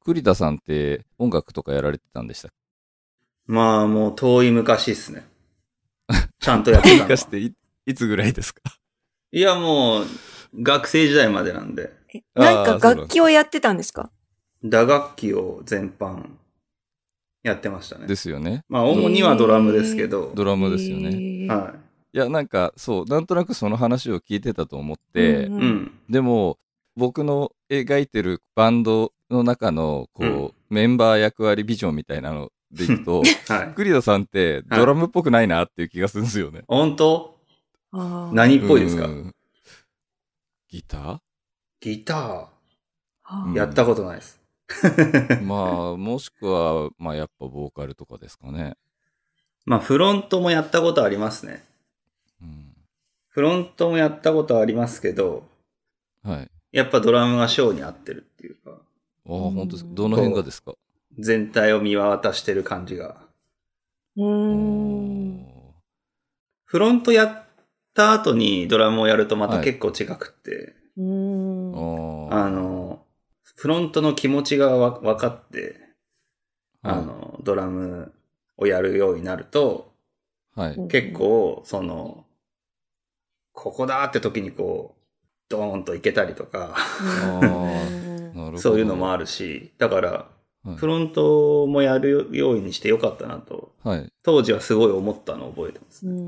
栗田さんって音楽とかやられてたんでしたっまあもう遠い昔っすね。ちゃんとやってたのは。 け？していつぐらいですか？ いやもう学生時代までなんで、 なんか楽そうなんです器をやってたんですか？ 打楽器を全般やってましたね。 ですよね。 まあ主にはドラムですけど、 ドラムですよね。 はいや、なんか、そう、なんとなくその話を聞いてたと思って、 い。うん。 でも、僕の描いてるバンドの中の、こう、メンバー役割ビジョンみたいなのでいくと、 はい。 栗田さんってドラムっぽくないなっていう気がするんですよね。 本当？ 何何っぽいですか？ ギタギター、 ーやったことないです。 まあ、もしくは、まあ、やっぱボーカルとかですかね。 まあフロントもやったことありますね。 うん、 フロントもやったことありますけど、 はい。 やっぱドラムがショーに合ってるっていうか、 ああ、本当ですか。どの辺がですか？ 全体を見渡してる感じが。フロントやった後にドラムをやるとまた結構違くって、フロントの気持ちが分かって、ドラムをやるようになると、結構、ここだって時にこう、ドーンといけたりとか、そういうのもあるし、だから、フロントもやるようにしてよかったなと、当時はすごい思ったのを覚えてますね。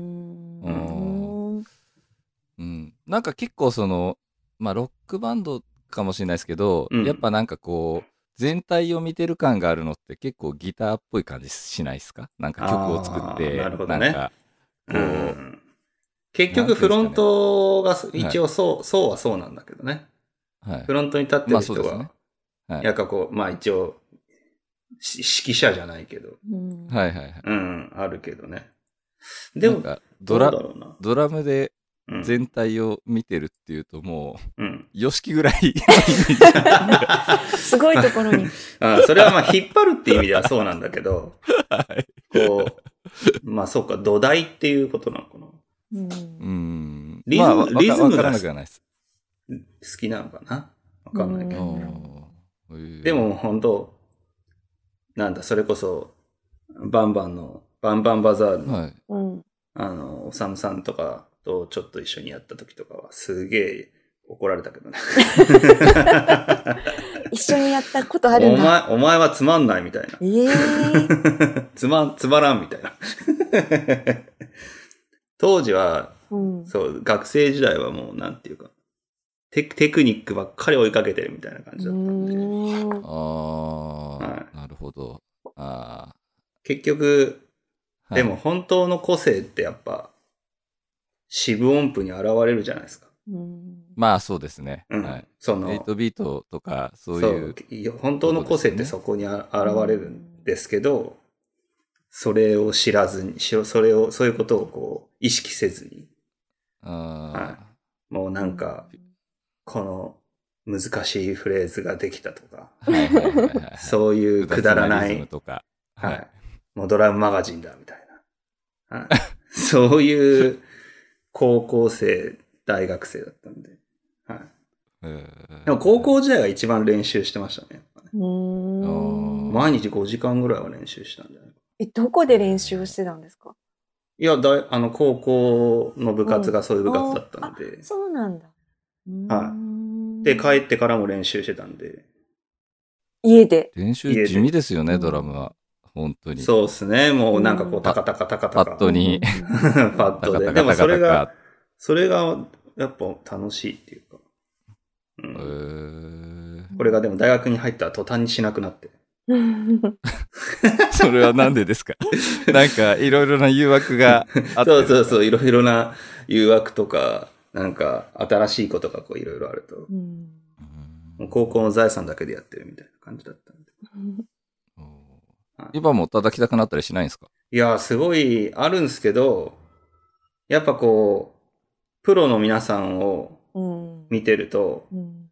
なんか結構まあロックバンドかもしれないですけど、やっぱなんかこう、全体を見てる感があるのって結構ギターっぽい感じしないですか？なんか曲を作って、 なるほどね。 なんか、こう、 結局フロントが一応そうはそうなんだけどね。フロントに立ってる人は、やっぱこう、まあ一応、指揮者じゃないけど。あるけどね。でも、 ドラムで全体を見てるっていうともう、ヨシキぐらい。 すごいところに。 それはまあ引っ張るっていう意味ではそうなんだけど、こう、まあそうか、土台っていうことなのかな。リズムが好きなのかな？わかんないけど。でも本当なんだ、それこそ、バンバンバザールの、おさむさんとかとちょっと一緒にやった時とかは、すげえ怒られたけどね。 一緒にやったことあるんだ。 お前はつまんないみたいな。つまらんみたいな。当時は、そう、学生時代はもう、なんていうか、テクニックばっかり追いかけてるみたいな感じだったんで。 なるほど。 結局、でも本当の個性ってやっぱ、四分音符に現れるじゃないですか。 まあそうですね。 8 ビートとか、そういう。 本当の個性ってそこに現れるんですけど、それを知らずに、そういうことをこう、意識せずに。もうなんか、この難しいフレーズができたとか、そういうくだらない、もうドラムマガジンだみたいな。そういう高校生、大学生だったんで。でも高校時代が一番練習してましたね。毎日5時間ぐらいは練習したんじゃないか。 どこで練習してたんですか？ いや、高校の部活がそういう部活だったんで。 そうなんだ。 で、帰ってからも練習してたんで。 家で。 練習地味ですよね、ドラムは。本当に。 そうですね。もうなんかこう、タカタカタカタカ。 パッドに。 パッドで。でもそれがやっぱ楽しいっていうか。これがでも大学に入ったら途端にしなくなって。 それはなんでですか？なんかいろいろな誘惑があって。 そう、いろいろな誘惑とか、なんか新しいことがこういろいろあると。もう高校の財産だけでやってるみたいな感じだったんで。 今も叩きたくなったりしないんですか？ いや、すごいあるんですけど、やっぱこう、プロの皆さんを見てると、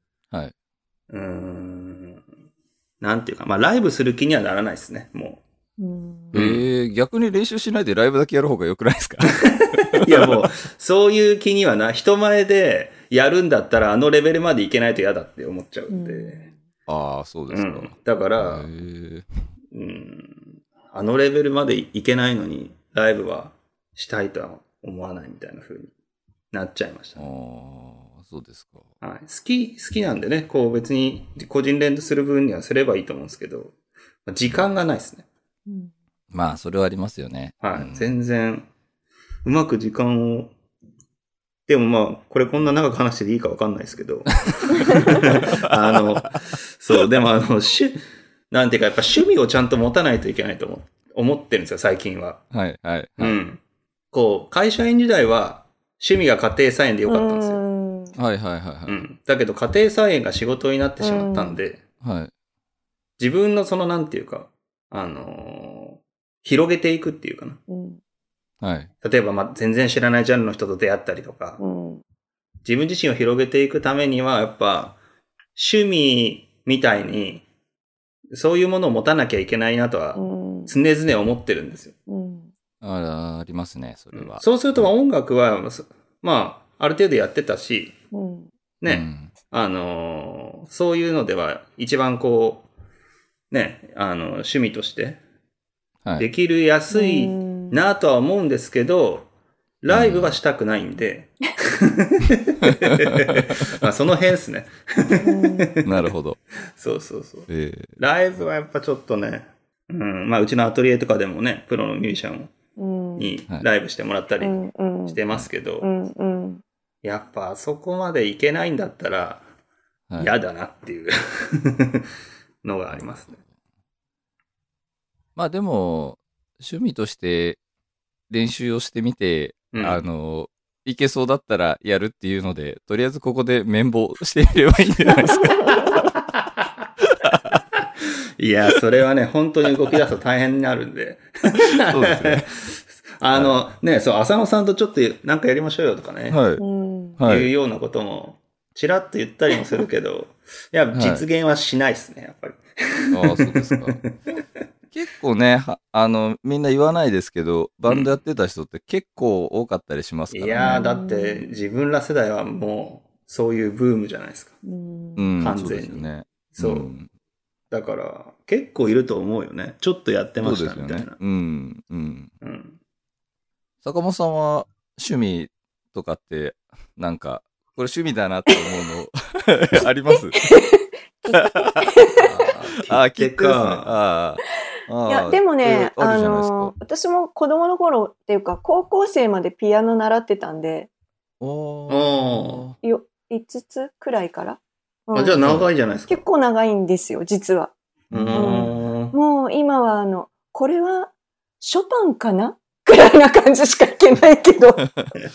なんていうか、まあライブする気にはならないですね、もう。逆に練習しないでライブだけやる方が良くないですか？ いやもう、そういう気には人前でやるんだったらあのレベルまでいけないと嫌だって思っちゃうんで。 ああ、そうですか。 だから、あのレベルまでいけないのに、ライブはしたいとは思わないみたいな風になっちゃいました、ね。 ああ、そうですか。 はい。好きなんでね、こう別に個人連動する分にはすればいいと思うんですけど、時間がないですね。 まあ、それはありますよね。 はい。全然、うまく時間を、でもまあ、これこんな長く話してていいかわかんないですけど。そう、でもなんていうかやっぱ趣味をちゃんと持たないといけないと思ってるんですよ、最近は。 はい、はい。 こう、会社員時代は趣味が家庭菜園でよかったんですよ。 はい、はい、はい。 だけど家庭菜園が仕事になってしまったんで、 はい。 自分のなんていうか、広げていくっていうかな。 はい。 例えば、まあ、全然知らないジャンルの人と出会ったりとか、自分自身を広げていくためには、やっぱ、趣味みたいに、そういうものを持たなきゃいけないなとは、常々思ってるんですよ。 ありますね、それは。 そうすると、音楽は、まあ、ある程度やってたし、ね、そういうのでは、一番こう、ね、趣味として、できるやすいなとは思うんですけど、ライブはしたくないんで、まあその辺ですね。 なるほど。 そう。ライブはやっぱちょっとね、まあうちのアトリエとかでもね、プロのミュージシャンにライブしてもらったりしてますけど、やっぱあそこまでいけないんだったら嫌だなっていうのがありますね。 まあでも、趣味として練習をしてみて、いけそうだったらやるっていうので、とりあえずここで綿棒してみればいいんじゃないですか。 いや、それはね、本当に動き出すと大変になるんで。 そうですね。 ね、そう、浅野さんとちょっとなんかやりましょうよとかね。 はい。 いうようなことも、ちらっと言ったりもするけど、いや、実現はしないですね、やっぱり。 ああ、そうですか。結構ね、みんな言わないですけど、バンドやってた人って結構多かったりしますからね。 いやー、だって自分ら世代はもう、そういうブームじゃないですか。完全に。 そうですよね。 そう。だから、結構いると思うよね。ちょっとやってましたみたいな。 坂本さんは趣味とかって、なんか、これ趣味だなって思うのあります切手か。 いや、でもね、私も子供の頃っていうか、高校生までピアノ習ってたんで、5つくらいから。 じゃあ長いじゃないですか。 結構長いんですよ、実は。もう今はこれはショパンかなくらいな感じしか弾けないけど。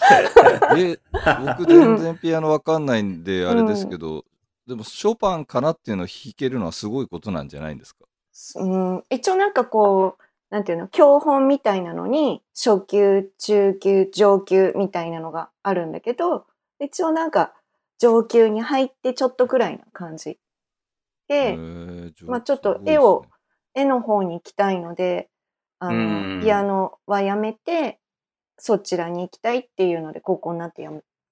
僕全然ピアノわかんないんで、あれですけど、でもショパンかなっていうのを弾けるのはすごいことなんじゃないんですか？ 一応なんかこう、なんていうの、教本みたいなのに、初級、中級、上級みたいなのがあるんだけど、一応なんか上級に入ってちょっとくらいな感じ。で、まあちょっと絵の方に行きたいので、ピアノはやめて、そちらに行きたいっていうので、高校になってや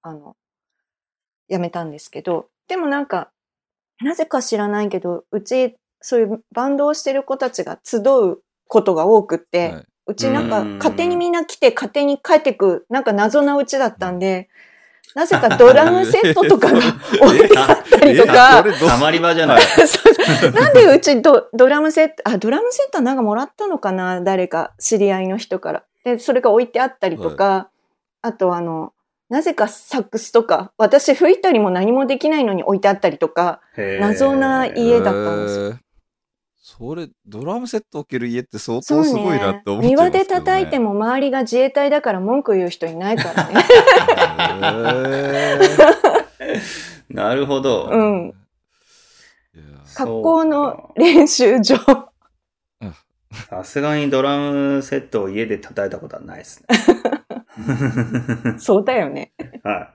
めたんですけど、でもなんか、なぜか知らないけど、うち、そういうバンドをしてる子たちが集うことが多くって、うちなんか勝手にみんな来て勝手に帰ってく、なんか謎なうちだったんで、なぜかドラムセットとかが置いてあったりとか。 たまり場じゃない。 なんでうちドラムセットなんかもらったのかな、誰か知り合いの人から。で、それが置いてあったりとか、あとなぜかサックスとか、私吹いたりも何もできないのに置いてあったりとか、謎な家だったんですよ。 それ、ドラムセット置ける家って相当すごいなって思っちゃいますけどね。 庭で叩いても周りが自衛隊だから文句言う人いないからね。 なるほど。 学校の練習場。 さすがにドラムセットを家で叩いたことはないですね。 そうだよね。 はい。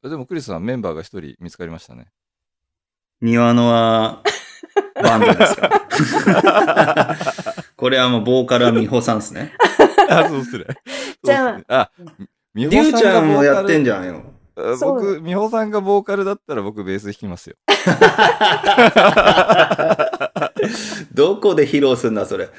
でもクリスさんメンバーが一人見つかりましたね。 庭のはバンドですか？これはもうボーカルは美穂さんですね。 そうっすね。 じゃあ、りゅうちゃんもやってんじゃんよ。 美穂さんがボーカルだったら僕ベース弾きますよ。 どこで披露すんだ、それ。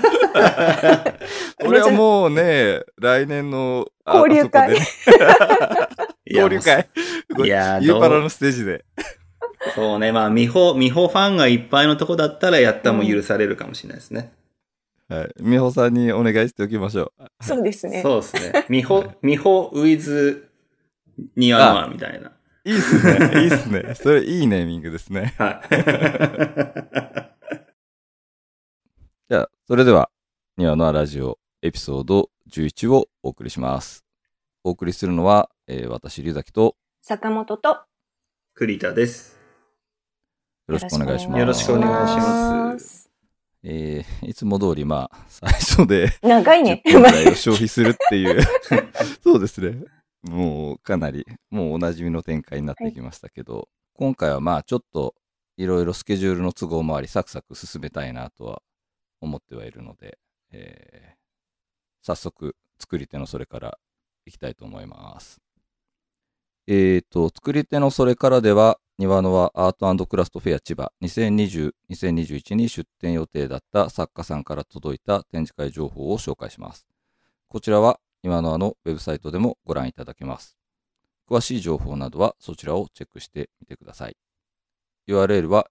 俺はもうね、来年の交流会。 ね、交流会。いや、ユーパラのステージで。 そうね、まあ、ミホファンがいっぱいのとこだったらやったも許されるかもしれないですね。 はい。美穂さんにお願いしておきましょう。 そうですね。 そうですね。美穂ウィズニワノアみたいな。 いいっすね。いいっすね。それいいネーミングですね。 はい。 じゃあ、それでは、ニワノアラジオエピソード11をお送りします。お送りするのは、私、龍崎と、 坂本と、 栗田です。 よろしくお願いします。 よろしくお願いします。 いつも通り、まあ、最初で、 長いね。 10分ぐらいを消費するっていう、そうですね。もうかなり、もうおなじみの展開になってきましたけど、今回はまあちょっといろいろスケジュールの都合もありサクサク進めたいなとは思ってはいるので、早速作り手のそれからいきたいと思います。作り手のそれからでは、ニワノワアート&クラフトフェア千葉2020、2021に出展予定だった作家さんから届いた展示会情報を紹介します。こちらはニワノワのウェブサイトでもご覧いただけます。詳しい情報などはそちらをチェックしてみてください。URL は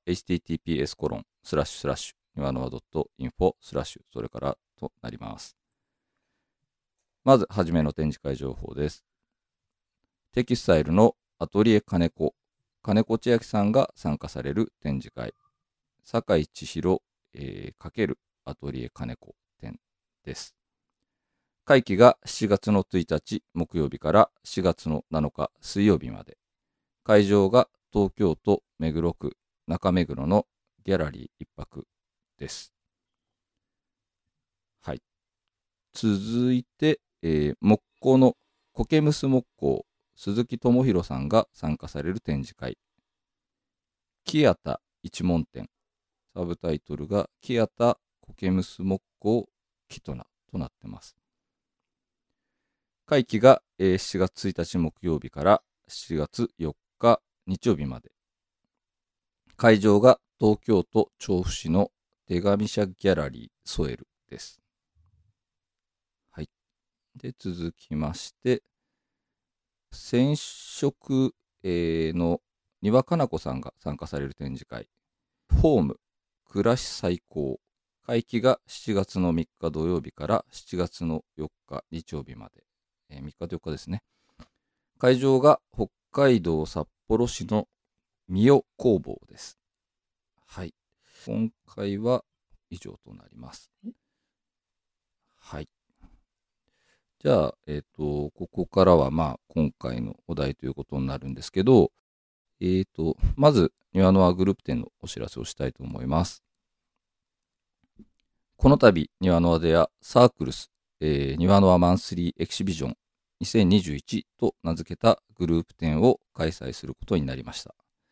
https://niwanowa.info/ それからとなります。まずはじめの展示会情報です。テキスタイルのアトリエ金子千秋さんが参加される展示会、坂井千尋×アトリエ金子展です。会期が7月の1日木曜日から4月の7日水曜日まで。会場が東京都目黒区中目黒のギャラリー1泊です。はい。続いて、木工の苔むす木工鈴木智弘さんが参加される展示会。木屋田一門展。サブタイトルが木屋田苔むす木工キトナとなっています。会期が7月1日木曜日から7月4日日曜日まで。会場が東京都調布市の手紙社ギャラリーソエルです。はい。で、続きまして、染色の庭かな子さんが参加される展示会。フォーム、暮らし最高。会期が7月の3日土曜日から7月の4日日曜日まで。3日と4日ですね。会場が北海道札幌市の三代工房です。はい。今回は以上となります。はい。じゃあ、ここからはまあ今回のお題ということになるんですけど、まず、ニワノワグループ展のお知らせをしたいと思います。この度、ニワノワでやサークルス、ニワノワマンスリーエキシビジョン2021と名付けたグループ展を開催することになりました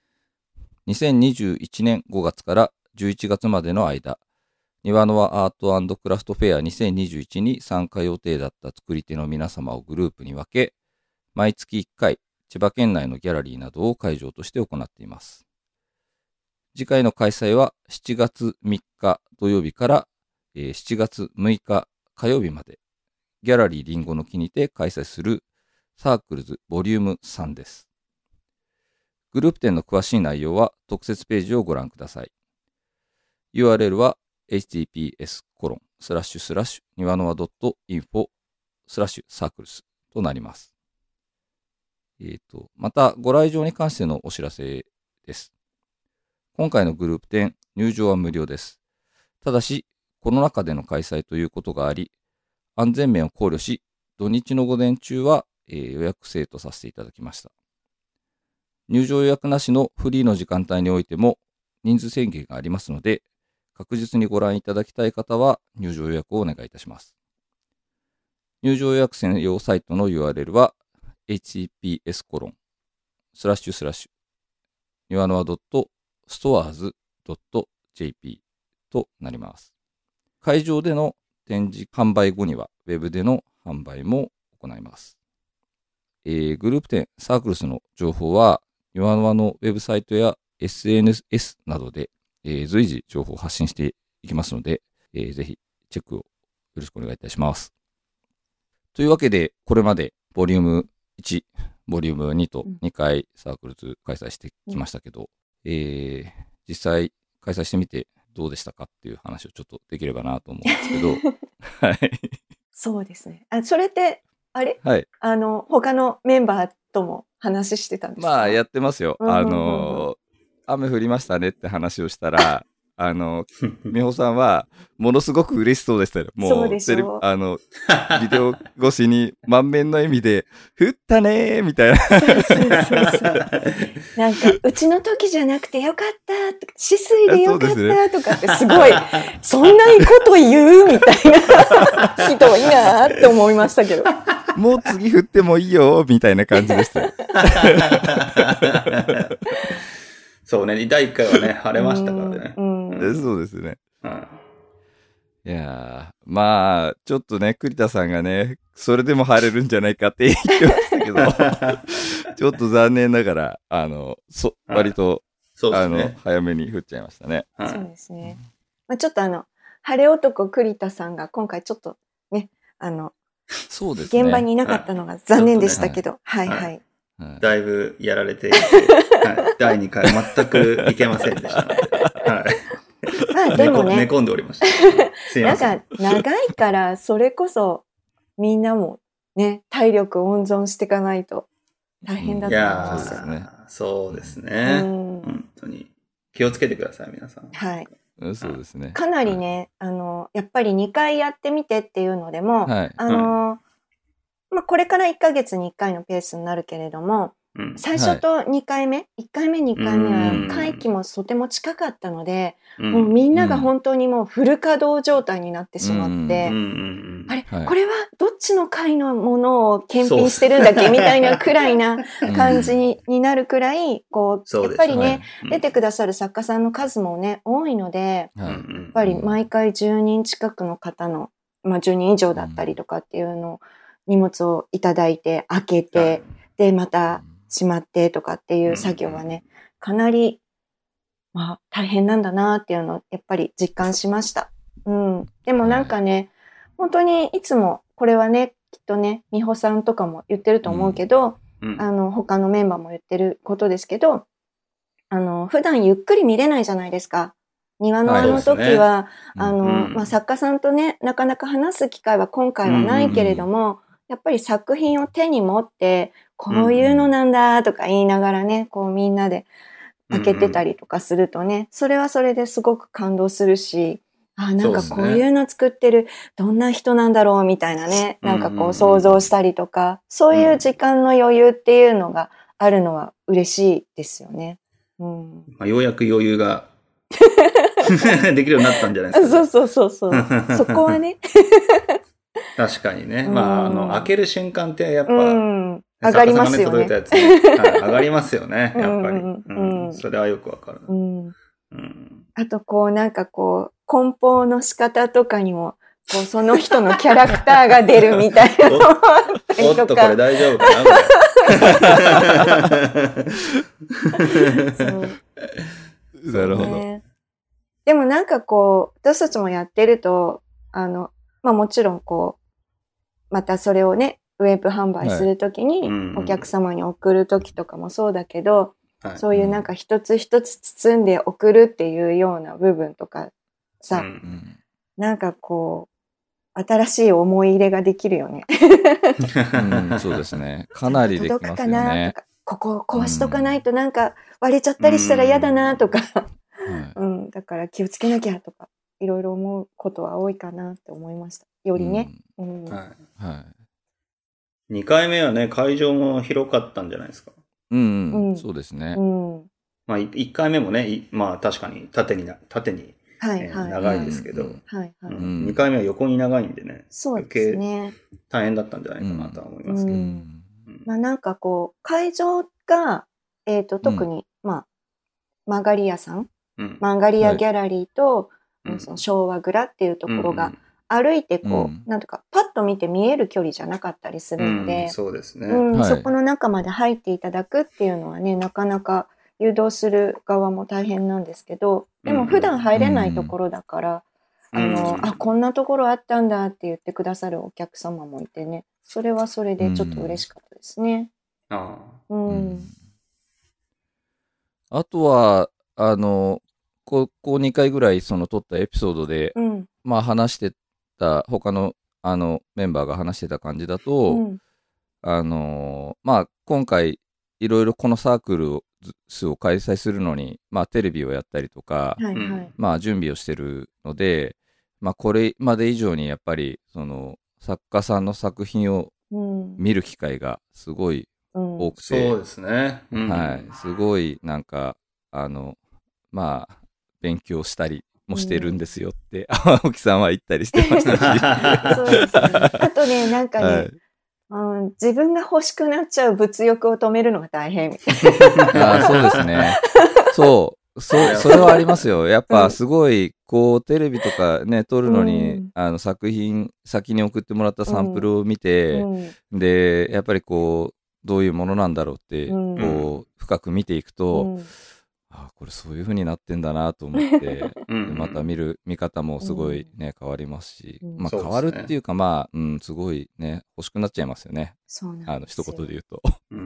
。2021年5月から11月までの間、ニワノワアート&クラフトフェア2021に参加予定だった作り手の皆様をグループに分け、毎月1回、千葉県内のギャラリーなどを会場として行っています。次回の開催は7月3日土曜日から7月6日火曜日まで、ギャラリーリンゴの木にて開催するサークルズボリューム3です。グループ展の詳しい内容は特設ページをご覧ください。URL は https://niwanowa.info/circles となります。また、ご来場に関してのお知らせです。今回のグループ展、入場は無料です。ただし、コロナ禍での開催ということがあり、安全面を考慮し、土日の午前中は、予約制とさせていただきました。入場予約なしのフリーの時間帯においても人数制限がありますので、確実にご覧いただきたい方は入場予約をお願いいたします。入場予約専用サイトの URL は https://niwanowa.stores.jp となります。会場での展示販売後にはウェブでの販売も行います。グループ展サークルスの情報はニワノワのウェブサイトや SNS などで、随時情報を発信していきますので、ぜひチェックをよろしくお願いいたします。というわけで、これまでボリューム1、ボリューム2と2回サークルズ開催してきましたけど、実際開催してみてどうでしたかっていう話をちょっとできればなと思うんですけど。はい。 そうですね。それって、あれ？ はい。 他のメンバーとも話してたんですか？ まあ、やってますよ。雨降りましたねって話をしたら、美穂さんは、ものすごく嬉しそうでしたよ。もう、 そうでしょビデオ越しに満面の笑みで、降ったねーみたいな。 そうなんか、うちの時じゃなくてよかったとか、止水でよかったとかってすごい、そんないいこと言うみたいな人いいなって思いましたけど。 もう次降ってもいいよみたいな感じでしたよ。 そうね、第1回はね、晴れましたからね。 そうですね。いやー、まあ、ちょっとね、栗田さんがね、それでも晴れるんじゃないかって言ってましたけど、ちょっと残念ながら、割と、早めに降っちゃいましたね。 そうですね。まあ、ちょっと晴れ男栗田さんが今回ちょっとね、 そうですね。 現場にいなかったのが残念でしたけど、はいはい。 だいぶやられていて、第2回全くいけませんでしたので、 まあでもね、 寝込んでおりました。すいません。 なんか長いからそれこそみんなもね、体力温存していかないと大変だと思いますよね。 そうですね。本当に気をつけてください皆さん。 はい。 そうですね。 かなりね、やっぱり2回やってみてっていうのでも、まあこれから1ヶ月に1回のペースになるけれども、最初と2回目、1回目2回目は会期もとても近かったので、もうみんなが本当にもうフル稼働状態になってしまって、あれ、これはどっちの会のものを検品してるんだっけみたいなくらいな感じになるくらい、こう、やっぱりね、出てくださる作家さんの数もね、多いので、やっぱり毎回10人近くの方の、まあ10人以上だったりとかっていうのを、荷物をいただいて、開けて、で、またしまってとかっていう作業はね、かなり、まあ、大変なんだなっていうのを、やっぱり実感しました。でもなんかね、本当にいつも、これはね、きっとね、美穂さんとかも言ってると思うけど、他のメンバーも言ってることですけど、普段ゆっくり見れないじゃないですか。庭の時は、まあ、作家さんとね、なかなか話す機会は今回はないけれども、やっぱり作品を手に持って、こういうのなんだとか言いながらね、こうみんなで開けてたりとかするとね、それはそれですごく感動するし、なんかこういうの作ってる、どんな人なんだろうみたいなね、なんかこう想像したりとか、そういう時間の余裕っていうのがあるのは嬉しいですよね。 まあ、ようやく余裕ができるようになったんじゃないですか、ね。そう。そこはね。 確かにね。まあ、開ける瞬間ってやっぱ、 上がりますよね。 届いたやつ、上がりますよね、やっぱり。それはよくわかる。あと、こう、なんかこう、梱包の仕方とかにも、こう、その人のキャラクターが出るみたいなのもあったりとか。 おっと、これ大丈夫かな、 なるほど。 でもなんかこう、私たちもやってると、まあもちろんこう、またそれをね、ウェブ販売するときに、お客様に送るときとかもそうだけど、そういうなんか一つ一つ包んで送るっていうような部分とかさ、なんかこう、新しい思い入れができるよね。 そうですね。かなりできますよね。届くかなとか、 こここうしとかないとなんか割れちゃったりしたら嫌だなとか、だから気をつけなきゃとか、いろいろ思うことは多いかなって思いました。よりね。 2回目はね、会場も広かったんじゃないですか。 そうですね。 まあ、1回目もね、まあ確かに縦に長いですけど、2回目は横に長いんでね、 そうですね。 大変だったんじゃないかなとは思いますけど。 まあなんかこう、会場が、特に、まあ、マンガリアさん、マンガリアギャラリーと、その昭和蔵っていうところが、歩いてこう、なんとかパッと見て見える距離じゃなかったりするので、 そうですね。 そこの中まで入っていただくっていうのはね、なかなか誘導する側も大変なんですけど、でも普段入れないところだから、こんなところあったんだって言ってくださるお客様もいてね、それはそれでちょっと嬉しかったですね。 あとは、ここ2回ぐらいその撮ったエピソードで、まあ話してた、他のメンバーが話してた感じだと、まあ今回いろいろこのサークルを開催するのに、まあテレビをやったりとか、まあ準備をしてるので、まあこれまで以上にやっぱりその作家さんの作品を見る機会がすごい多くて、 そうですね。 はい、すごいなんかまあ勉強したりもしてるんですよって、青木さんは言ったりしてましたし。 そうですね。あとね、なんかね、自分が欲しくなっちゃう物欲を止めるのが大変みたいな。そうですね。それはありますよ。やっぱすごい、こう、テレビとかね、撮るのに、作品、先に送ってもらったサンプルを見て、で、やっぱりこう、どういうものなんだろうって、こう、深く見ていくと、これそういう風になってんだなと思って、また見方もすごいね、変わりますし、まあ変わるっていうか、まあ、すごいね、欲しくなっちゃいますよね。 そうなんですよ。 一言で言うと。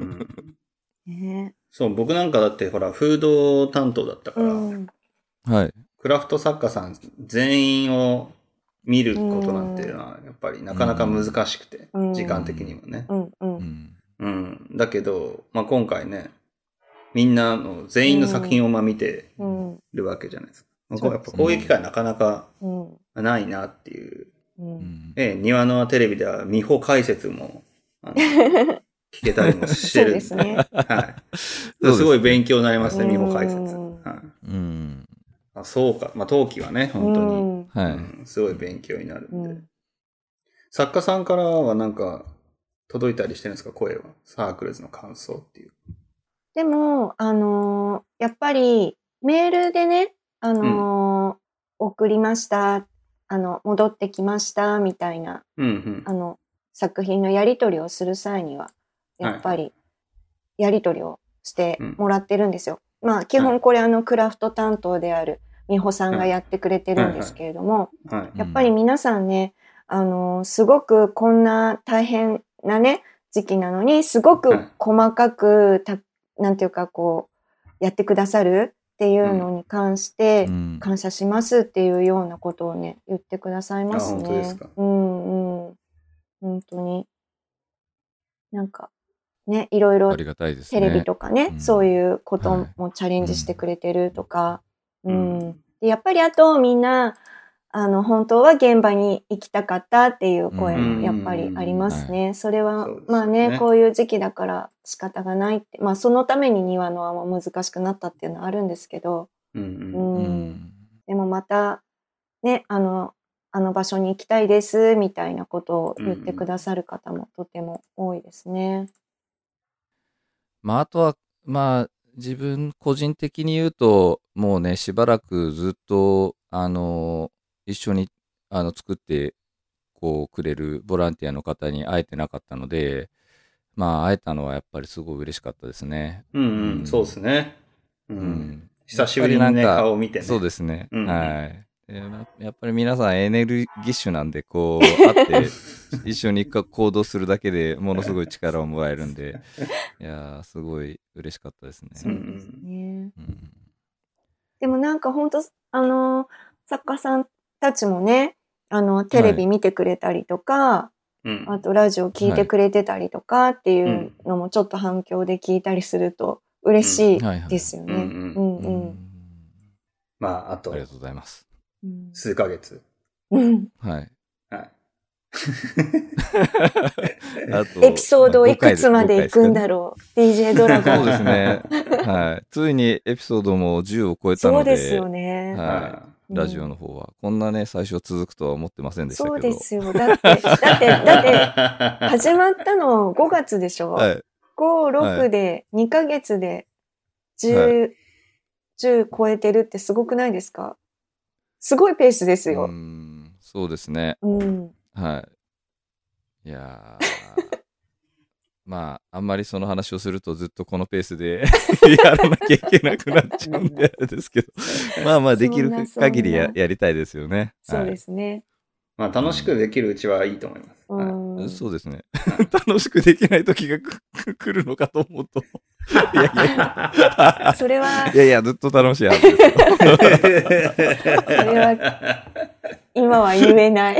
そう、僕なんかだってほら、フード担当だったから、 はい。 クラフト作家さん全員を見ることなんていうのは、やっぱりなかなか難しくて、時間的にもね。だけど、まあ今回ね、みんなの全員の作品をまあ見てるわけじゃないですか。やっぱこういう機会なかなかないなっていう。庭のテレビでは美穂解説も聞けたりもしてるんで。 そうですね。 はい。すごい勉強になりますね、美穂解説。そうか。まあ、冬季はね、本当に、すごい勉強になるんで。作家さんからはなんか届いたりしてるんですか、声は。サークルズの感想っていう。 でも、やっぱりメールでね、送りました、戻ってきました、みたいな、作品のやり取りをする際には、やっぱりやり取りをしてもらってるんですよ。まあ、基本これクラフト担当である美穂さんがやってくれてるんですけれども、やっぱり皆さんね、すごくこんな大変なね、時期なのに、すごく細かくなんていうかこう、やってくださるっていうのに関して、感謝しますっていうようなことをね、言ってくださいますね。 本当ですか。 本当に。なんか、ね、いろいろテレビとかね、そういうこともチャレンジしてくれてるとか、でやっぱりあとみんな、本当は現場に行きたかったっていう声もやっぱりありますね。それは、まあね、こういう時期だから仕方がないって、まあそのために庭の輪も難しくなったっていうのはあるんですけど、でもまた、ね、あの場所に行きたいですみたいなことを言ってくださる方もとても多いですね。 まあ、あとは、まあ、自分個人的に言うと、もうね、しばらくずっと、一緒に、作って、こう、くれるボランティアの方に会えてなかったので、まあ、会えたのはやっぱりすごい嬉しかったですね。 そうですね。久しぶりにね、顔を見てね。 そうですね。はい。やっぱり皆さんエネルギッシュなんで、こう、会って一緒に行動するだけでものすごい力をもらえるんで、いやー、すごい嬉しかったですね。 そうですね。でもなんか本当、作家さんたちもね、テレビ見てくれたりとか、あとラジオ聞いてくれてたりとかっていうのもちょっと反響で聞いたりすると嬉しいですよね。 まあ、あと、 ありがとうございます。 数ヶ月。 はい。 あとエピソードいくつまで行くんだろう。DJ ドラゴン。 そうですね。はい。ついにエピソードも10を超えたので。 そうですよね。 はい。ラジオの方は。こんなね、最初続くとは思ってませんでしたけど。 そうですよ。だって、始まったの5月でしょ？はい。5、6で2ヶ月で10超えてるってすごくないですか？すごいペースですよ。 そうですね。はい。いやまあ、あんまりその話をするとずっとこのペースでやらなきゃいけなくなっちゃうんであれですけど。まあまあ、できる限りやりたいですよね。 そうですね。 まあ、楽しくできるうちはいいと思います。 そうですね。楽しくできない時が来るのかと思うと。いやいや。 それは。 いやいや、ずっと楽しいはずですよ。 それは、今は言えない。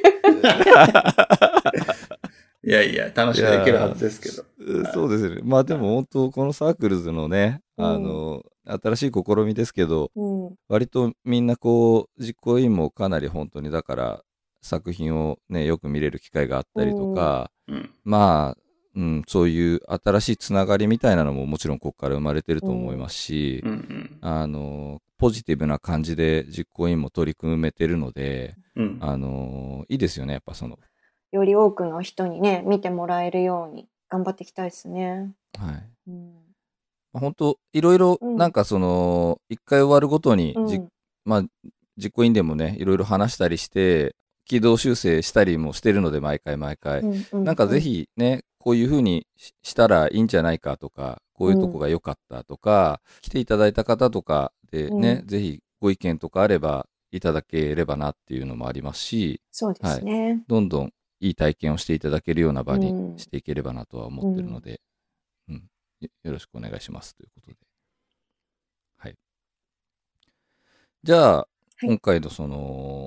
いやいや、楽しくできるはずですけど。 そうですね。まあでも本当、このサークルズのね、新しい試みですけど、割とみんなこう、実行委員もかなり本当にだから、作品をね、よく見れる機会があったりとか、まあ、そういう新しいつながりみたいなのももちろんここから生まれてると思いますし、ポジティブな感じで実行委員も取り組めてるので、いいですよね、やっぱその。 より多くの人にね、見てもらえるように頑張っていきたいですね。 はい。本当いろいろ、なんかその、一回終わるごとに、まあ、実行委員でもね、いろいろ話したりして、軌道修正したりもしてるので、毎回。なんかぜひね、こういう風にしたらいいんじゃないかとか、こういうとこが良かったとか、来ていただいた方とかでね、ぜひご意見とかあればいただければなっていうのもありますし、 そうですね。 どんどんいい体験をしていただけるような場にしていければなとは思ってるので、よろしくお願いしますということで。はい。じゃあ、今回のその、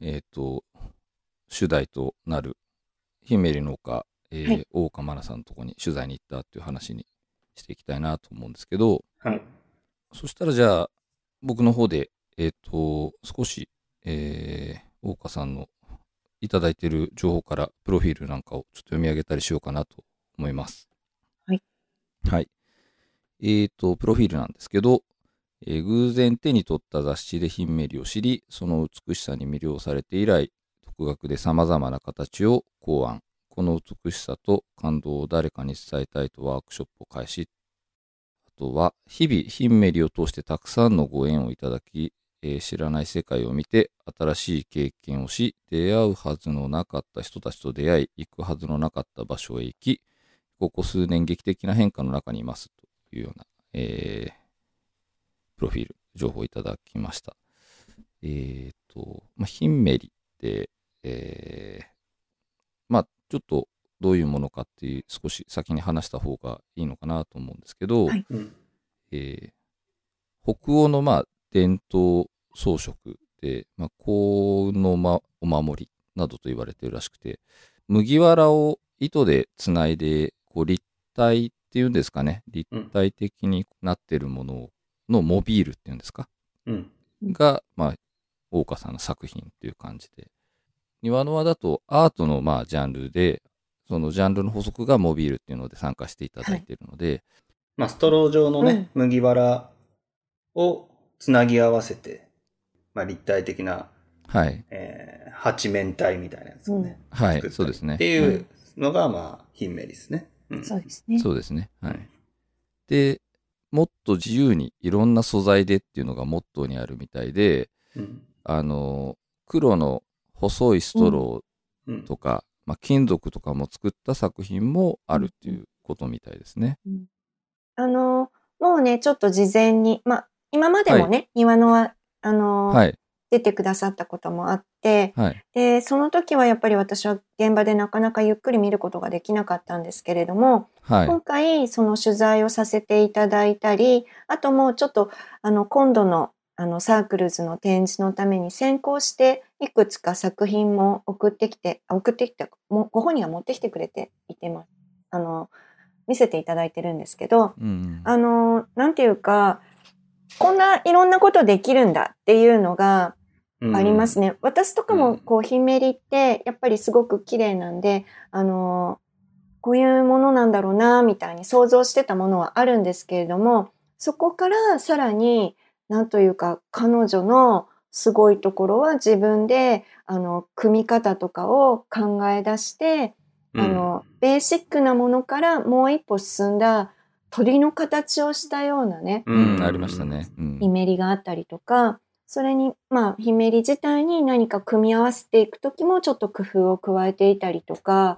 主題となる、ヒンメリ農家、大岡真奈さんのところに取材に行ったっていう話にしていきたいなと思うんですけど、そしたらじゃあ、僕の方で、少し、大岡さんのいただいている情報から、プロフィールなんかをちょっと読み上げたりしようかなと思います。 はい。 はい。プロフィールなんですけど、偶然手に取った雑誌でヒンメリを知り、その美しさに魅了されて以来、独学で様々な形を考案。この美しさと感動を誰かに伝えたいとワークショップを開始。あとは、日々ヒンメリを通してたくさんのご縁をいただき、知らない世界を見て、新しい経験をし、出会うはずのなかった人たちと出会い、行くはずのなかった場所へ行き、ここ数年劇的な変化の中にいますというような、プロフィール、情報いただきました。ヒンメリって、ちょっとどういうものかっていう少し先に話した方がいいのかなと思うんですけど、北欧の伝統装飾で、幸運のお守りなどと言われているらしくて、麦わらを糸でつないでこう立体っていうんですかね、立体的になっているもののモビールっていうんですか、が、大岡さんの作品っていう感じで、庭の輪だとアートのジャンルで、そのジャンルの補足がモビールっていうので参加していただいているので、 ストロー状のね、麦わらをつなぎ合わせて、立体的な、八面体みたいなやつをね、作ったりっていうのが、ヒンメリですね。 そうですね。 そうですね。はい。で、もっと自由にいろんな素材でっていうのがモットーにあるみたいで、黒の細いストローとか、金属とかも作った作品もあるっていうことみたいですね。 もうね、ちょっと事前に、今までもね、庭のは、出てくださったこともあって、で、その時はやっぱり私は現場でなかなかゆっくり見ることができなかったんですけれども、今回その取材をさせていただいたり、あともうちょっと今度のサークルズの展示のために先行していくつか作品も送ってきて、ご本人が持ってきてくれていてます。見せていただいてるんですけど、なんていうか、こんないろんなことできるんだっていうのがありますね。私とかもヒンメリってやっぱりすごく綺麗なんで、こういうものなんだろうなみたいに想像してたものはあるんですけれども、そこからさらになんというか彼女のすごいところは自分で組み方とかを考え出して、ベーシックなものからもう一歩進んだ鳥の形をしたようなね、 ありましたね。 ヒンメリがあったりとか、それにヒンメリ自体に何か組み合わせていくときもちょっと工夫を加えていたりとか、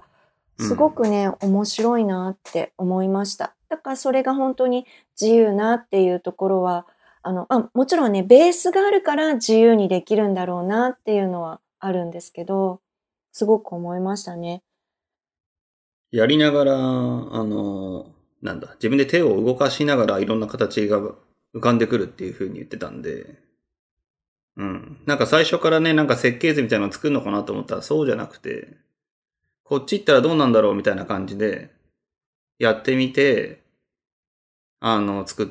すごくね、面白いなって思いました。だからそれが本当に自由なっていうところは、もちろんね、ベースがあるから自由にできるんだろうなっていうのはあるんですけど、すごく思いましたね。 やりながら、自分で手を動かしながらいろんな形が浮かんでくるっていう風に言ってたんで、うん。なんか最初からね、なんか設計図みたいなの作るのかなと思ったらそうじゃなくて、こっち行ったらどうなんだろうみたいな感じで、やってみて、作って、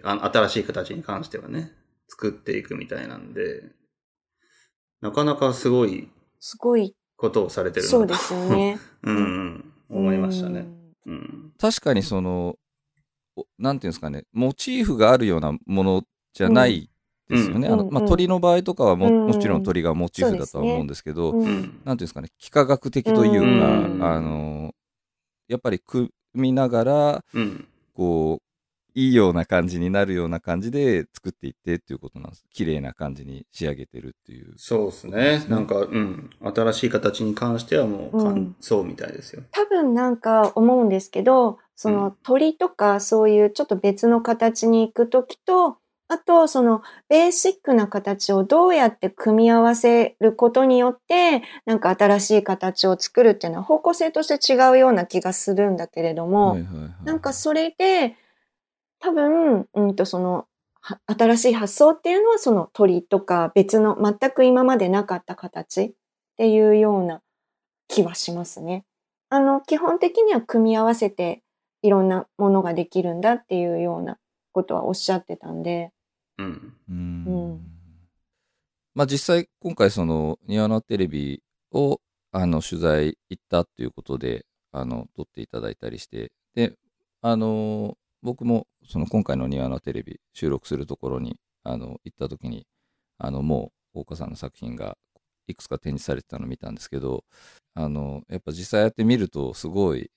新しい形に関してはね、作っていくみたいなんで、なかなかすごいことをされてるなと。 そうですよね。 思いましたね。 確かになんていうんですかね、モチーフがあるようなものじゃないですよね。鳥の場合とかはもちろん鳥がモチーフだとは思うんですけど、なんていうんですかね、幾何学的というか、やっぱり組みながら、こう、いいような感じになるような感じで作っていってっていうことなんです。綺麗な感じに仕上げてるっていう、 そうですね。なんか、新しい形に関してはもう、そうみたいですよ。 多分なんか思うんですけど、その鳥とかそういうちょっと別の形に行くときと、あとそのベーシックな形をどうやって組み合わせることによって、なんか新しい形を作るっていうのは方向性として違うような気がするんだけれども、なんかそれで、多分、その、新しい発想っていうのはその鳥とか別の全く今までなかった形っていうような気はしますね。基本的には組み合わせていろんなものができるんだっていうようなことはおっしゃってたんで。 まあ実際今回庭のテレビを取材行ったっていうことで撮っていただいたりして、で僕も今回の庭のテレビ収録するところに行った時にもう大岡さんの作品がいくつか展示されてたのを見たんですけど、やっぱ実際やってみるとすごい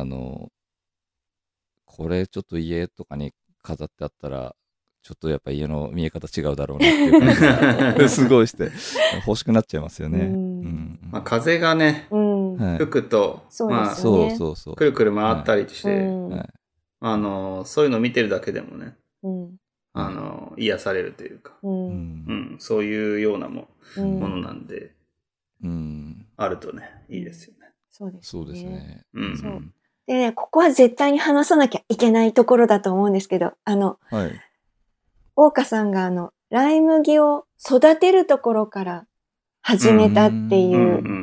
これちょっと家とかに飾ってあったらちょっとやっぱ家の見え方違うだろうなっていう感じがすごいして欲しくなっちゃいますよね。 まあ、風がね、吹くと、まあ、くるくる回ったりして、そういうのを見てるだけでもね、癒されるというか、そういうようなものなんで、あるとね、いいですよね。 そうですね。 そうでね、ここは絶対に話さなきゃいけないところだと思うんですけど、大岡さんがライ麦を育てるところから始めたっていう、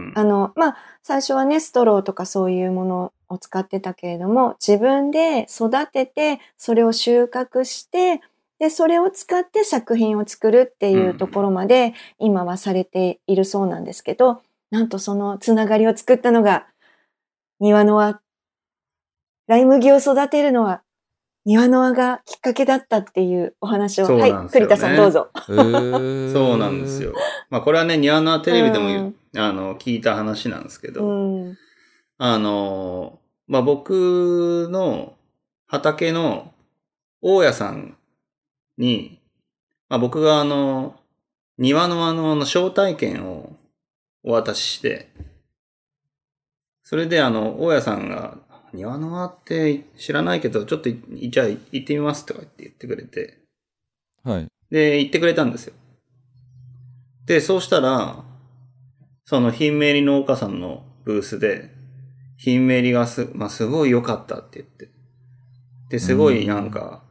まあ、最初はね、ストローとかそういうものを使ってたけれども、自分で育てて、それを収穫して、で、それを使って作品を作るっていうところまで今はされているそうなんですけど、なんとそのつながりを作ったのが、庭の輪、ライ麦を育てるのは庭の輪がきっかけだったっていうお話を。はい、栗田さんどうぞ。 そうなんですよ。まあこれはね、庭の輪テレビでも、聞いた話なんですけど、まあ僕の畑の大家さんに、まあ僕が庭の輪の招待券をお渡しして、それで大家さんが、庭の輪って知らないけど、ちょっとじゃあ行ってみますとか言ってくれて。で、行ってくれたんですよ。で、そうしたら、そのヒンメリ農家さんのブースで、ヒンメリがすごい良かったって言って。で、すごいなんか、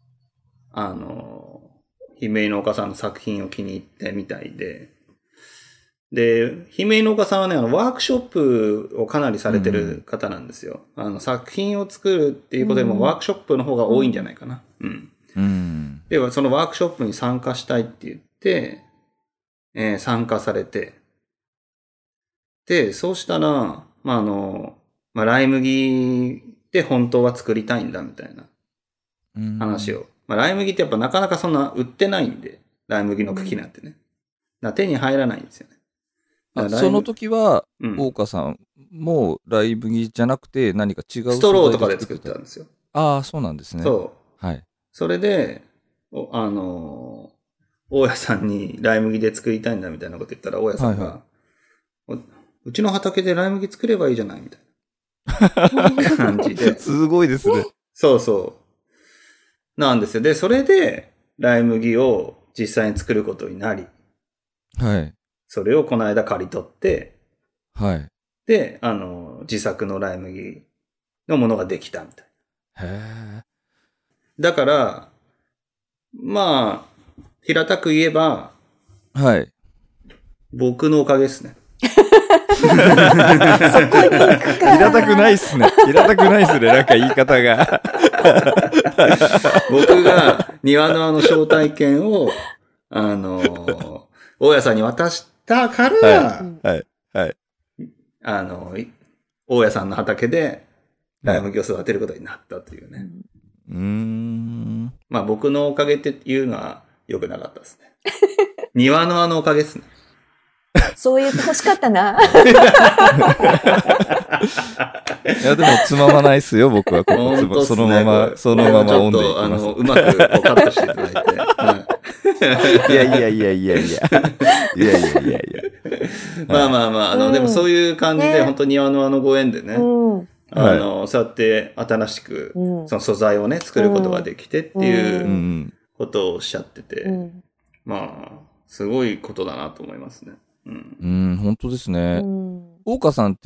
ヒンメリ農家さんの作品を気に入ってみたいで、で、ヒンメリ農家さんはね、ワークショップをかなりされてる方なんですよ。作品を作るっていうことでも、ワークショップの方が多いんじゃないかな。で、そのワークショップに参加したいって言って、参加されて、で、そうしたら、ライ麦で本当は作りたいんだみたいな話を。ライ麦ってやっぱなかなかそんな売ってないんで、ライ麦の茎なんてね。手に入らないんですよね。 その時は、大岡さんもライ麦じゃなくて何か違うストローとかで作ってたんですよ。 ああ、そうなんですね。 そう。はい。それで、大家さんにライ麦で作りたいんだみたいなこと言ったら、大家さんが、うちの畑でライ麦作ればいいじゃないみたい感じで。 すごいですね。 そうそう。なんですよ。で、それで、ライ麦を実際に作ることになり、 はい。 それをこの間刈り取って、 はい。 で、自作のライ麦のものができたみたいへえ。 だから、まあ、平たく言えば、 はい。 僕のおかげですね。 そこに行くか。 平たくないっすね。平たくないっすね。なんか言い方が。 僕が庭の招待券を、大家さんに渡したから、 はい。はい。 大家さんの畑で、ライ麦を育てることになったというね。まあ僕のおかげっていうのは良くなかったですね。庭のおかげですね。 そう言って欲しかったな。 いや、でもつままないっすよ、僕は。ここつま、そのまま、そのままオンでいきます。 うまくカットしていただいて。はい、 いやいやいやいやいや。いやいやいやいや。 まあまあまあ、でもそういう感じで、本当にご縁でね、そうやって新しく、その素材をね、作ることができてっていうことをおっしゃってて、まあ、すごいことだなと思いますね。 本当ですね。大岡さんって、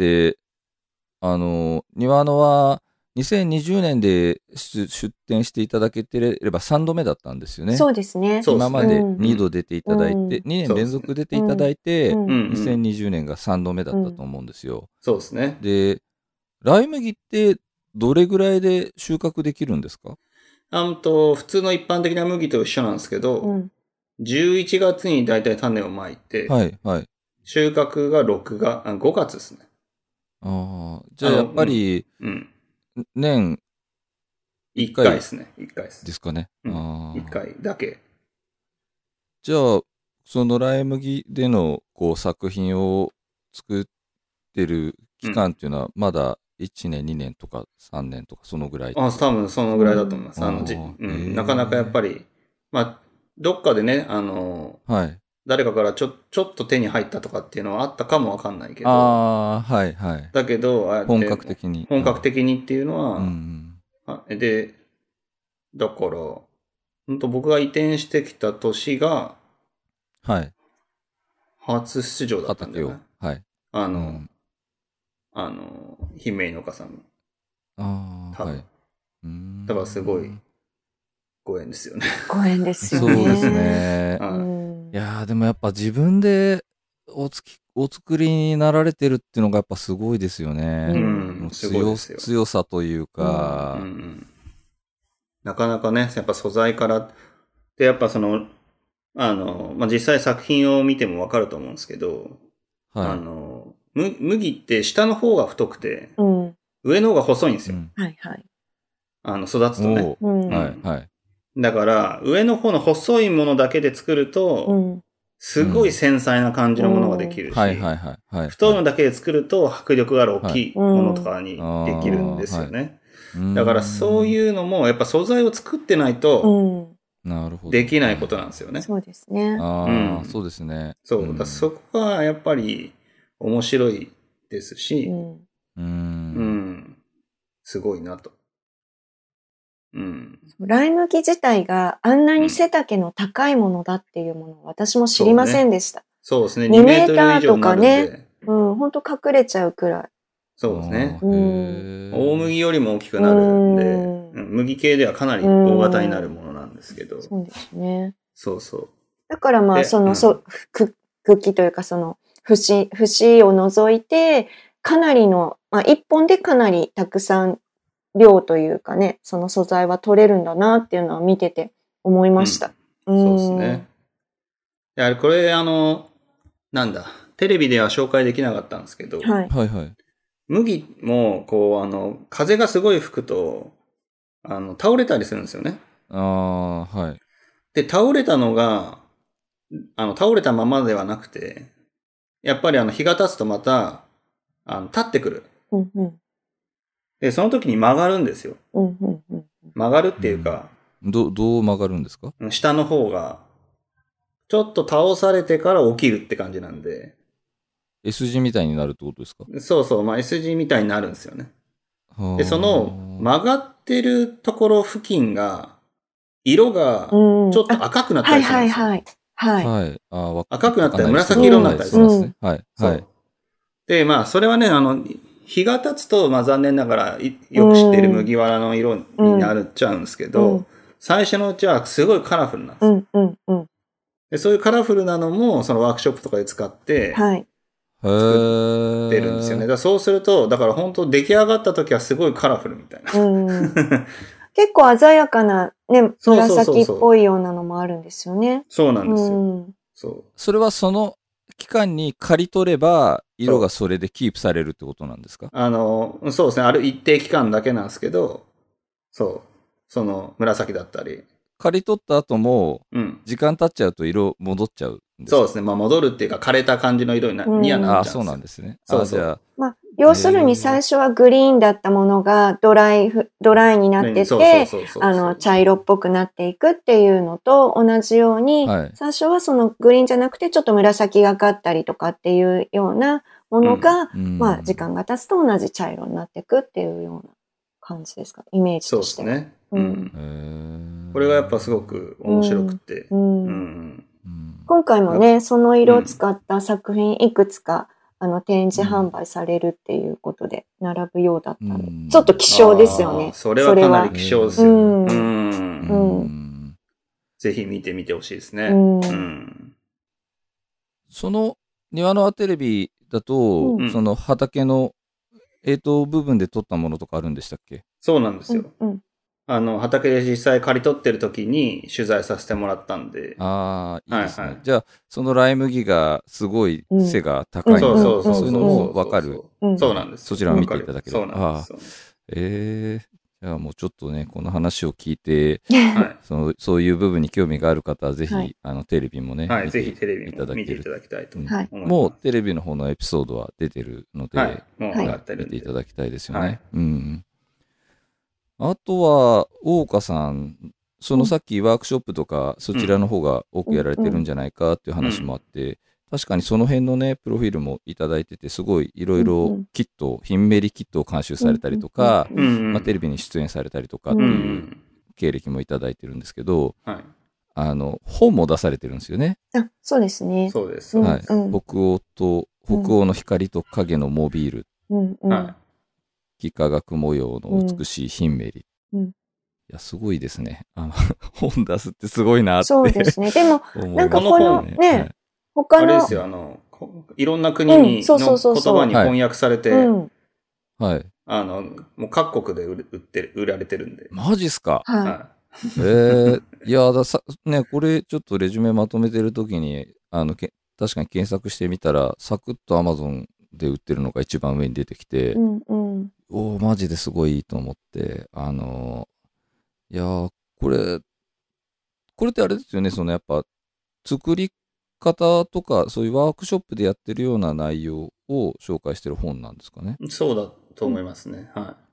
庭野は2020年で出展していただけてれば3度目だったんですよね。 そうですね。 今まで2度出ていただいて、2年連続出ていただいて、2020年が3度目だったと思うんですよ。 そうですね。 で、ライ麦ってどれぐらいで収穫できるんですか？ 普通の一般的な麦と一緒なんですけど、11月にだいたい種をまいて、収穫が5月ですね。 じゃあやっぱり、年 1回ですね。1回です。 ですかね。 1回だけ。 じゃあ、そのライ麦でのこう作品を作ってる期間っていうのは、まだ1年、2年とか3年とかそのぐらい？ 多分そのぐらいだと思います。なかなかやっぱり、まあ、どっかでね、誰かからちょっと手に入ったとかっていうのはあったかもわかんないけど。だけど、 本格的にっていうのは、で、だから、本当僕が移転してきた年が、初出場だったんだよね。姫井のかさんの。多分。だからすごい、ご縁ですよね。 ご縁ですよね。 そうですね。いやでもやっぱ自分でお作りになられてるっていうのがやっぱすごいですよね。強さというか、 なかなかね、やっぱ素材から、で、やっぱその、実際作品を見てもわかると思うんですけど、麦って下の方が太くて、上の方が細いんですよ。育つとね。だから、上の方の細いものだけで作ると、すごい繊細な感じのものができるし、太いのだけで作ると迫力がある大きいものとかにできるんですよね。だからそういうのも、やっぱ素材を作ってないと、できないことなんですよね。 そうですね。 そうですね。 そう。そこはやっぱり面白いですし、すごいなと。 ライ麦自体があんなに背丈の高いものだっていうものを私も知りませんでした。 そうですね。 2メーターとかね、本当隠れちゃうくらい。 そうですね。大麦よりも大きくなるんで、麦系ではかなり大型になるものなんですけど。 そうですね。 そうそう。 だからまあ、茎というかその節を除いて、かなりの、一本でかなりたくさん量というかね、その素材は取れるんだなっていうのは見てて思いました。 そうですね。これなんだ、テレビでは紹介できなかったんですけど、麦も、こう、風がすごい吹くと、倒れたりするんですよね。で、倒れたのが、倒れたままではなくて、やっぱり日が経つとまた、立ってくる。で、その時に曲がるんですよ。曲がるっていうか、 どう曲がるんですか？ 下の方が、ちょっと倒されてから起きるって感じなんで。 S 字みたいになるってことですか？ そうそう、S 字みたいになるんですよね。 で、その曲がってるところ付近が、色がちょっと赤くなったりするんですよ。 はい。 赤くなったり紫色になったりしますね。 はい。 で、まあ、それはね、日が経つと、まあ残念ながら、よく知っている麦わらの色になっちゃうんですけど、最初のうちはすごいカラフルなんですよ。で、そういうカラフルなのも、そのワークショップとかで使って、作ってるんですよね。だからそうすると、だから本当出来上がった時はすごいカラフルみたいな。 結構鮮やかなね、紫っぽいようなのもあるんですよね。 そうなんですよ。 それはその期間に刈り取れば、色がそれでキープされるってことなんですか？ そうですね。ある一定期間だけなんですけど、その紫だったり。 刈り取った後も、時間経っちゃうと色戻っちゃうんですか？ そうですね。まあ戻るっていうか枯れた感じの色にはなっちゃうんですよ。 そうなんですね。 じゃあ。 まあ、要するに最初はグリーンだったものがドライになってて、茶色っぽくなっていくっていうのと同じように、最初はそのグリーンじゃなくてちょっと紫がかったりとかっていうようなものが、まあ時間が経つと同じ茶色になっていくっていうような感じですか、イメージとしては。 そうですね。これがやっぱすごく面白くて。 今回もね、その色を使った作品いくつか展示販売されるっていうことで並ぶようだったので、ちょっと希少ですよね。 それはかなり希少ですよね。ぜひ見てみてほしいですね。 その庭のテレビだと、その畑の部分で撮ったものとかあるんでしたっけ？ そうなんですよ。畑で実際刈り取ってる時に取材させてもらったんで。 ああ、いいですね。じゃあ、そのライ麦がすごい背が高いんだ、そういうのもわかる。 そうなんです。 そちらを見ていただければ。 そうなんです。 じゃあもうちょっとね、この話を聞いて、そういう部分に興味がある方はぜひ、テレビもね、 ぜひテレビも見ていただきたいと思います。 もうテレビの方のエピソードは出てるので、 もう上がってるんで。 見ていただきたいですよね。あとは、大岡さん、そのさっきワークショップとか、そちらの方が多くやられてるんじゃないかっていう話もあって、確かにその辺のね、プロフィールもいただいてて、すごいいろいろキット、ヒンメリキットを監修されたりとか、テレビに出演されたりとかっていう経歴もいただいてるんですけど、本も出されてるんですよね。 そうですね。 そうです。 北欧の光と影のモビール。幾何学模様の美しいヒンメリ。いや、すごいですね。本出すってすごいなって。 そうですね。でも、なんかこのね、他の。 あれですよ、いろんな国にの言葉に翻訳されて、もう各国で売られてるんで。 マジっすか？いや、ね、これちょっとレジュメまとめてるときに、確かに検索してみたら、サクッと Amazon で売ってるのが一番上に出てきて、マジですごいいいと思って、いやー、これってあれですよね、やっぱ、作り方とか、そういうワークショップでやってるような内容を紹介してる本なんですかね。 そうだと思いますね。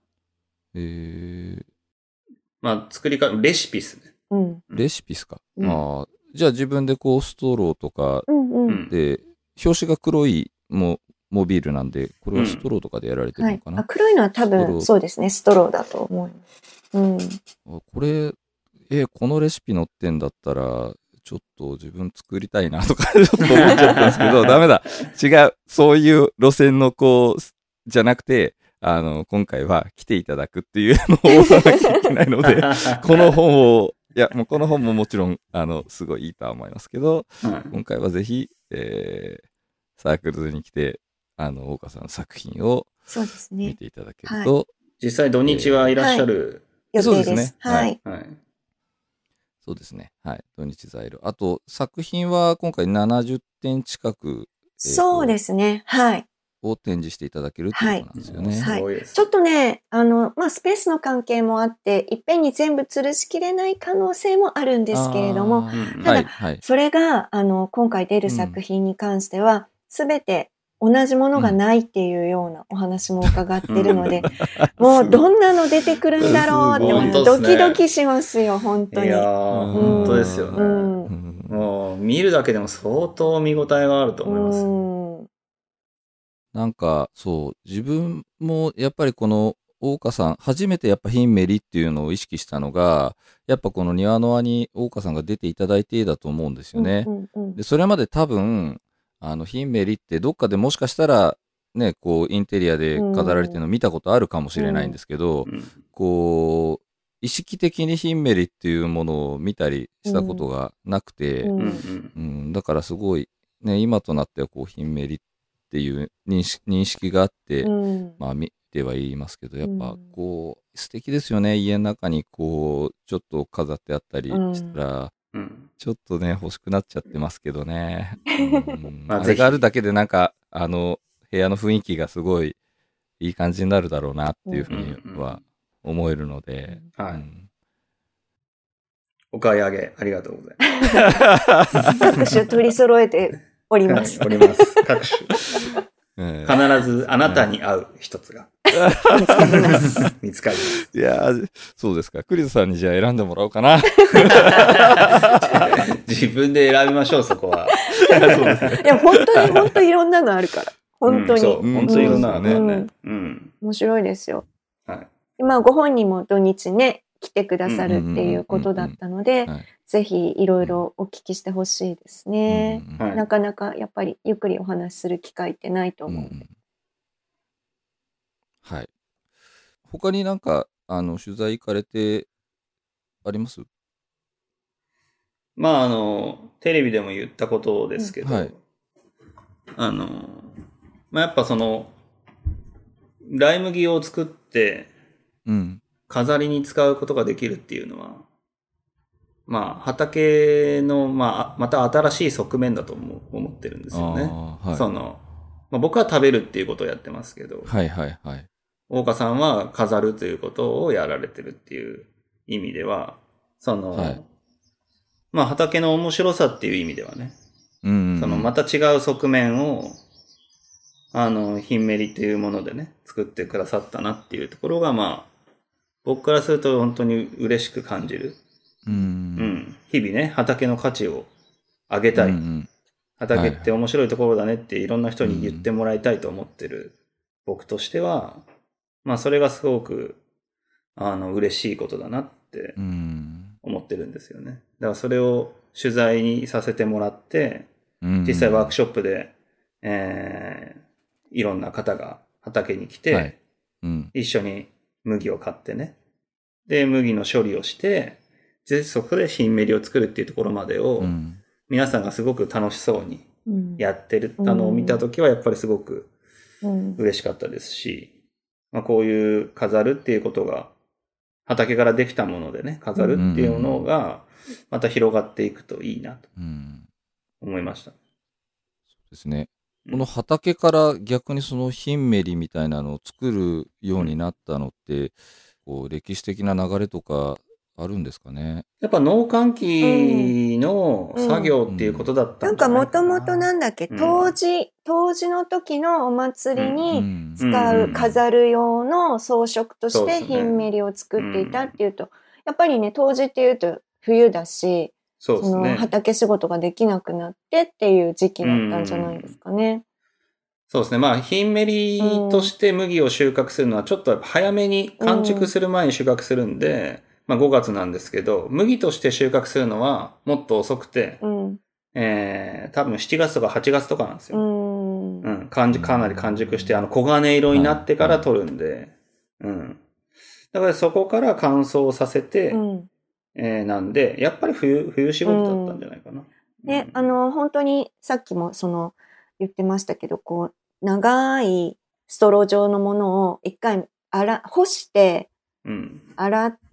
まあ、作り方、レシピですね。 レシピっすか。じゃあ自分でこう、ストローとかで、表紙が黒いモビールなんで、これはストローとかでやられてるのかな。 黒いのは多分、そうですね、ストローだと思います。 これ、このレシピ載ってんだったら、ちょっと自分作りたいなとかちょっと思っちゃったんですけど、ダメだ。違う。そういう路線のじゃなくて、今回は来ていただくっていうのを押さなきゃいけないので、この本を、もうこの本ももちろん、すごいいいとは思いますけど、今回はぜひ、サークルズに来て、大岡さんの作品を見ていただけると。 実際土日はいらっしゃる。 そうですね。 はい。 そうですね。はい。土日在留。あと、作品は今回70点近く。 そうですね。はい。 を展示していただけるってことなんですよね。 はい。ちょっとね、まあ、スペースの関係もあって、いっぺんに全部吊るしきれない可能性もあるんですけれども、ただ、それが、今回出る作品に関しては、すべて同じものがないっていうようなお話も伺ってるので、もうどんなの出てくるんだろうってドキドキしますよ、本当に。 いやー、本当ですよね。もう見るだけでも相当見応えがあると思います。 なんか、そう、自分もやっぱりこの大岡さん、初めてやっぱヒンメリっていうのを意識したのが、やっぱこの庭の輪に大岡さんが出ていただいてだと思うんですよね。で、それまで多分、ヒンメリってどっかでもしかしたら、ね、こう、インテリアで飾られてるの見たことあるかもしれないんですけど、こう、意識的にヒンメリっていうものを見たりしたことがなくて、だからすごい、ね、今となってはこう、ヒンメリっていう認識があって、まあ見てはいますけど、やっぱこう、素敵ですよね。家の中にこう、ちょっと飾ってあったりしたら、ちょっとね、欲しくなっちゃってますけどね。あれがあるだけでなんか、部屋の雰囲気がすごいいい感じになるだろうなっていうふうには思えるので。 はい。お買い上げありがとうございます。 各種取り揃えております。 おります。各種。必ずあなたに合う一つが。見つかります。見つかります。 いやー、そうですか。クリスさんにじゃあ選んでもらおうかな。 自分で選びましょう、そこは。 そうですね。いや、本当にいろんなのあるから。本当に。 本当にいろんなのね。 面白いですよ。はい。まあ、ご本人も土日ね、来てくださるっていうことだったので、ぜひいろいろお聞きしてほしいですね。なかなかやっぱりゆっくりお話しする機会ってないと思う。 はい。他になんか、取材行かれて、あります？ まあ、テレビでも言ったことですけど、まあ、やっぱその、ライ麦を作って、飾りに使うことができるっていうのは、まあ、畑の、また新しい側面だと思ってるんですよね。その、まあ、僕は食べるっていうことをやってますけど、大岡さんは飾るということをやられてるっていう意味では、その、まあ、畑の面白さっていう意味ではね、その、また違う側面を、ヒンメリっていうものでね、作ってくださったなっていうところが、まあ、僕からすると本当に嬉しく感じる。日々ね、畑の価値を上げたい。畑って面白いところだねっていろんな人に言ってもらいたいと思ってる僕としては、まあそれがすごく、嬉しいことだなって思ってるんですよね。だからそれを取材にさせてもらって、実際ワークショップで、いろんな方が畑に来て、一緒に麦を買ってね。で、麦の処理をして、で、そこでヒンメリを作るっていうところまでを、皆さんがすごく楽しそうにやってたのを見たときは、やっぱりすごく嬉しかったですし、まあ、こういう飾るっていうことが、畑からできたものでね、飾るっていうのが、また広がっていくといいなと思いました。 そうですね。この畑から逆にそのヒンメリみたいなのを作るようになったのって、こう歴史的な流れとかあるんですかね。 やっぱ農閑期の作業っていうことだったんじゃないかな。 なんかもともとなんだっけ、冬至の時のお祭りに使う飾る用の装飾としてヒンメリを作っていたっていうと、やっぱりね、冬至っていうと冬だし、その畑仕事ができなくなってっていう時期だったんじゃないですかね。 そうですね。まあ、ヒンメリとして麦を収穫するのはちょっと早めに完熟する前に収穫するんで、まあ5月なんですけど、麦として収穫するのはもっと遅くて、多分7月とか8月とかなんですよ。かなり完熟して、黄金色になってから取るんで、だからそこから乾燥させて、なんで、やっぱり冬仕事だったんじゃないかな。 で、本当にさっきも言ってましたけど、こう、長いストロー状のものを一回干して、洗って、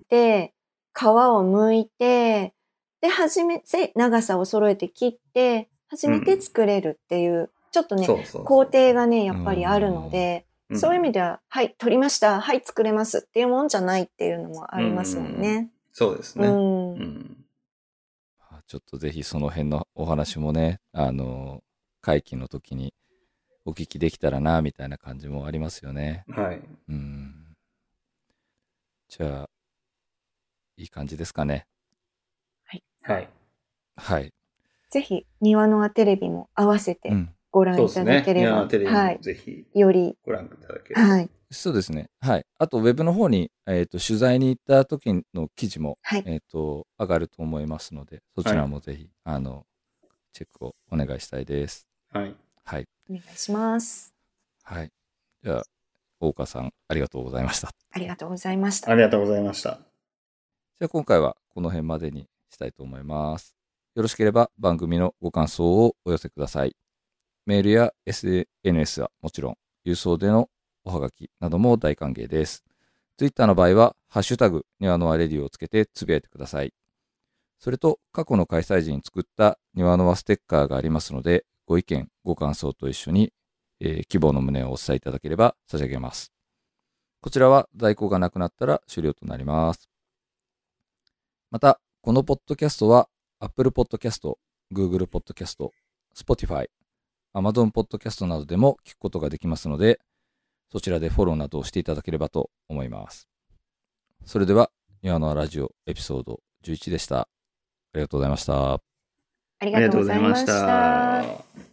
皮を剥いて、で、初めて長さを揃えて切って、初めて作れるっていう、ちょっとね、工程がね、やっぱりあるので、そういう意味では、はい、取りました、はい、作れますっていうもんじゃないっていうのもありますもんね。 そうですね。 ちょっとぜひその辺のお話もね、会期の時にお聞きできたらな、みたいな感じもありますよね。 はい。 じゃあ、いい感じですかね。 はい。 はい。 はい。 ぜひ、庭の輪テレビも合わせてご覧いただければ。 そうですね。庭の輪テレビもぜひ、 よりご覧いただければ。 はい。 そうですね。はい。あと、ウェブの方に、取材に行った時の記事も、 はい。 上がると思いますので、そちらもぜひ、チェックをお願いしたいです。 はい。 はい。 お願いします。 はい。じゃあ、大岡さん、ありがとうございました。 ありがとうございました。 ありがとうございました。 じゃあ、今回はこの辺までにしたいと思います。よろしければ番組のご感想をお寄せください。メールや SNS はもちろん、郵送でのおはがきなども大歓迎です。Twitter の場合は、ハッシュタグ、ニワノワレディをつけてつぶやいてください。それと、過去の開催時に作ったニワノワステッカーがありますので、ご意見、ご感想と一緒に、希望の旨をお伝えいただければ差し上げます。こちらは在庫がなくなったら終了となります。また、このポッドキャストは Apple Podcast、Google Podcast、Spotify、Amazon Podcast などでも聞くことができますので、そちらでフォローなどをしていただければと思います。それでは、ニワノワラジオエピソード11でした。ありがとうございました。 ありがとうございました。